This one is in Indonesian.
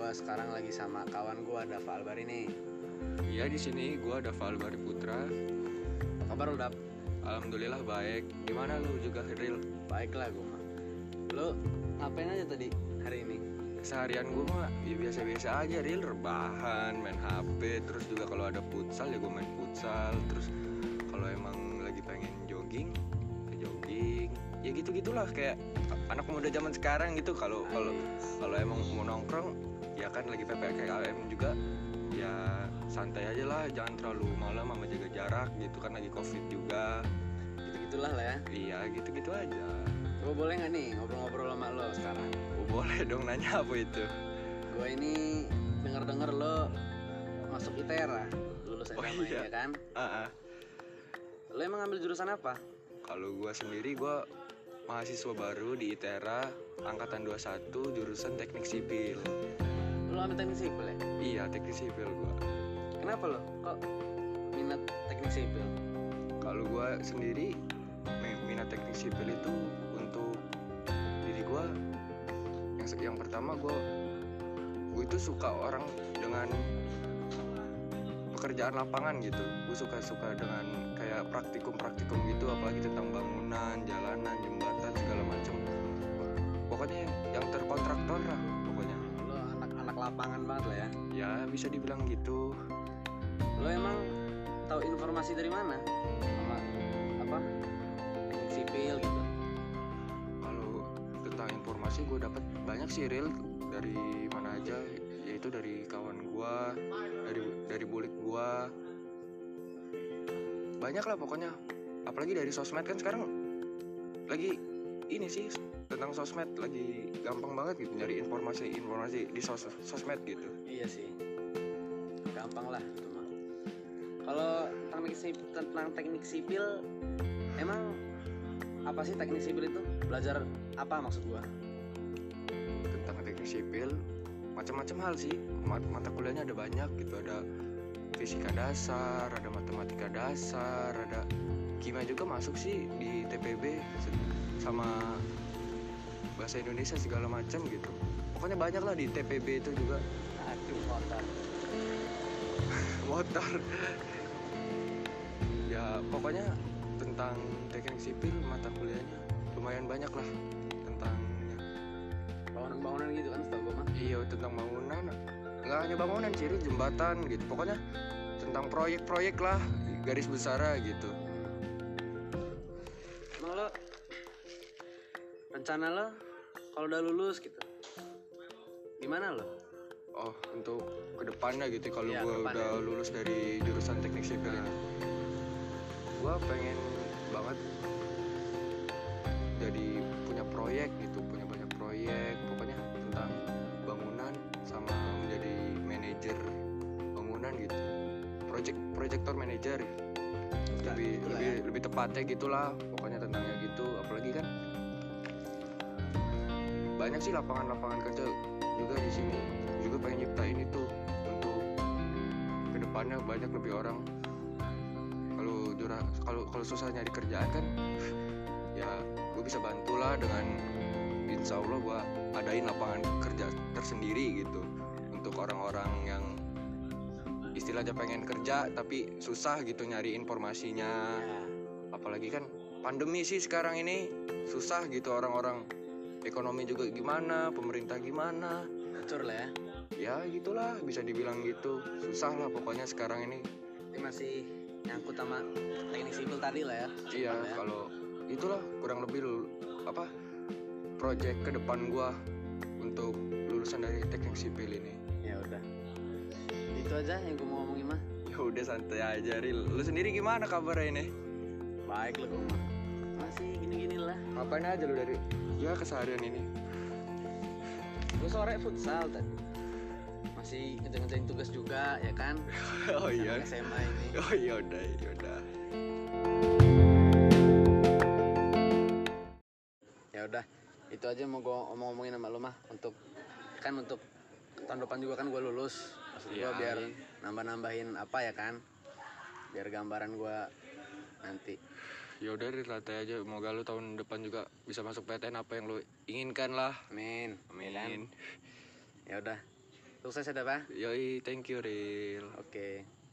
Gua sekarang lagi sama kawan gua Dava Albar ini. Iya, di sini gua Dava Albar Putra. Apa kabar lu, Dap? Alhamdulillah baik. Gimana lu juga, Ril? Baiklah gua mah. Lu ngapain aja tadi hari ini? Seharian gua mah ya biasa-biasa aja, Ril. Rebahan, main HP. Terus juga kalau ada futsal ya gua main futsal. Terus kalau emang lagi pengen jogging, ya jogging. Ya gitu-gitulah, kayak anak muda zaman sekarang gitu. Kalau emang mau nongkrong, ya kan lagi PPKM juga, ya santai aja lah, jangan terlalu malam sama jaga jarak gitu kan, lagi COVID juga. Gitu-gitulah lah ya. Iya, gitu-gitu aja. Gua boleh nggak nih ngobrol-ngobrol sama lo sekarang? Oh, boleh dong, nanya apa itu? Gua ini denger-denger lo masuk ITERA, lulus SMA iya. ya kan? Lo emang ngambil jurusan apa? Kalau gua sendiri, gua mahasiswa baru di ITERA angkatan 21 jurusan teknik sipil. Lo ambil teknik sipil ya? Iya, teknik sipil gua. Kenapa lo kok minat teknik sipil? Kalau gua sendiri minat teknik sipil itu untuk diri gua. Yang pertama, gua itu suka orang dengan pekerjaan lapangan gitu. Gue suka dengan kayak praktikum gitu, apalagi tentang bangunan, jalanan, jembatan, segala macam. Pokoknya yang terkontraktor lah pokoknya. Lo anak lapangan banget lah ya. Ya bisa dibilang gitu. Lo emang tahu informasi dari mana sama apa teknik sipil gitu? Kalau tentang informasi gue dapat banyak sih, Ril. Dari mana aja, yaitu dari kawan gue, dari bulik gue, banyak lah pokoknya. Apalagi dari sosmed kan sekarang lagi ini sih, tentang sosmed lagi gampang banget gitu nyari informasi di sosmed gitu. Iya sih, gampang lah itu mah. Kalau tentang teknik sipil, emang apa sih teknik sipil itu? Belajar apa maksud gua? Tentang teknik sipil macam-macam hal sih, mata kuliahnya ada banyak gitu. Ada fisika dasar, ada matematika dasar, ada kimia juga masuk sih di TPB, sama bahasa Indonesia segala macam gitu. Pokoknya banyak lah di TPB itu juga. Aduh, Motor. Ya pokoknya tentang teknik sipil mata kuliahnya lumayan banyak lah tentangnya. Bangunan-bangunan gitu kan setahu gua mah. Iya, tentang bangunan. Nggak hanya bangunan sih, jembatan gitu. Pokoknya tentang proyek-proyek lah, garis besar gitu. Emang lo rencana lo kalau udah lulus gitu gimana lo? Oh, untuk kedepannya gitu, kalau Iya, gue kedepannya. udah lulus dari jurusan teknik sipil ini, gue pengen banget jadi punya proyek gitu, punya banyak proyek, pokoknya tentang bangunan, sama menjadi manajer bangunan gitu, proyektor manajer, lebih tepatnya gitulah, pokoknya tentangnya gitu. Apalagi kan banyak sih lapangan kerja juga di sini. Juga pengen nyiptain itu untuk kedepannya, banyak lebih orang. Kalau susah nyari kerjaan kan, ya gue bisa bantulah dengan, insya Allah gue adain lapangan kerja tersendiri gitu untuk orang-orang yang istilahnya pengen kerja tapi susah gitu nyari informasinya. Apalagi kan pandemi sih sekarang ini, susah gitu orang-orang, ekonomi juga gimana, pemerintah gimana, Hancur lah ya. ya gitulah, bisa dibilang gitu, susah lah pokoknya sekarang ini. Ini masih nyangkut sama teknik sipil tadi lah ya. Iya, ya. kalau itulah kurang lebih project ke depan gua untuk lulusan dari teknik sipil ini. Ya udah, itu aja yang gue mau ngomongin mah. Ya udah, santai aja, Ril. Lu sendiri gimana kabarnya ini? Baik lo gue mah, masih gini-gini lah. Ngapain aja lu dari keseharian ini? Gue sore futsal tadi, masih ngerjain tugas juga ya kan. Oh iya. Anak SMA ini. Oh iya, udah. Ya udah, itu aja mau gue ngomongin sama lo mah. Untuk tahun depan juga kan gue lulus. Maksud gue Iya, biar iya. nambah-nambahin apa ya kan, biar gambaran gue nanti. Ya udah, Ril, santai aja. Semoga lu tahun depan juga bisa masuk PTN apa yang lu inginkan lah. Amin. Amin. Ya udah, Sukses ya Dap ya. Yoi, thank you Ril. Oke.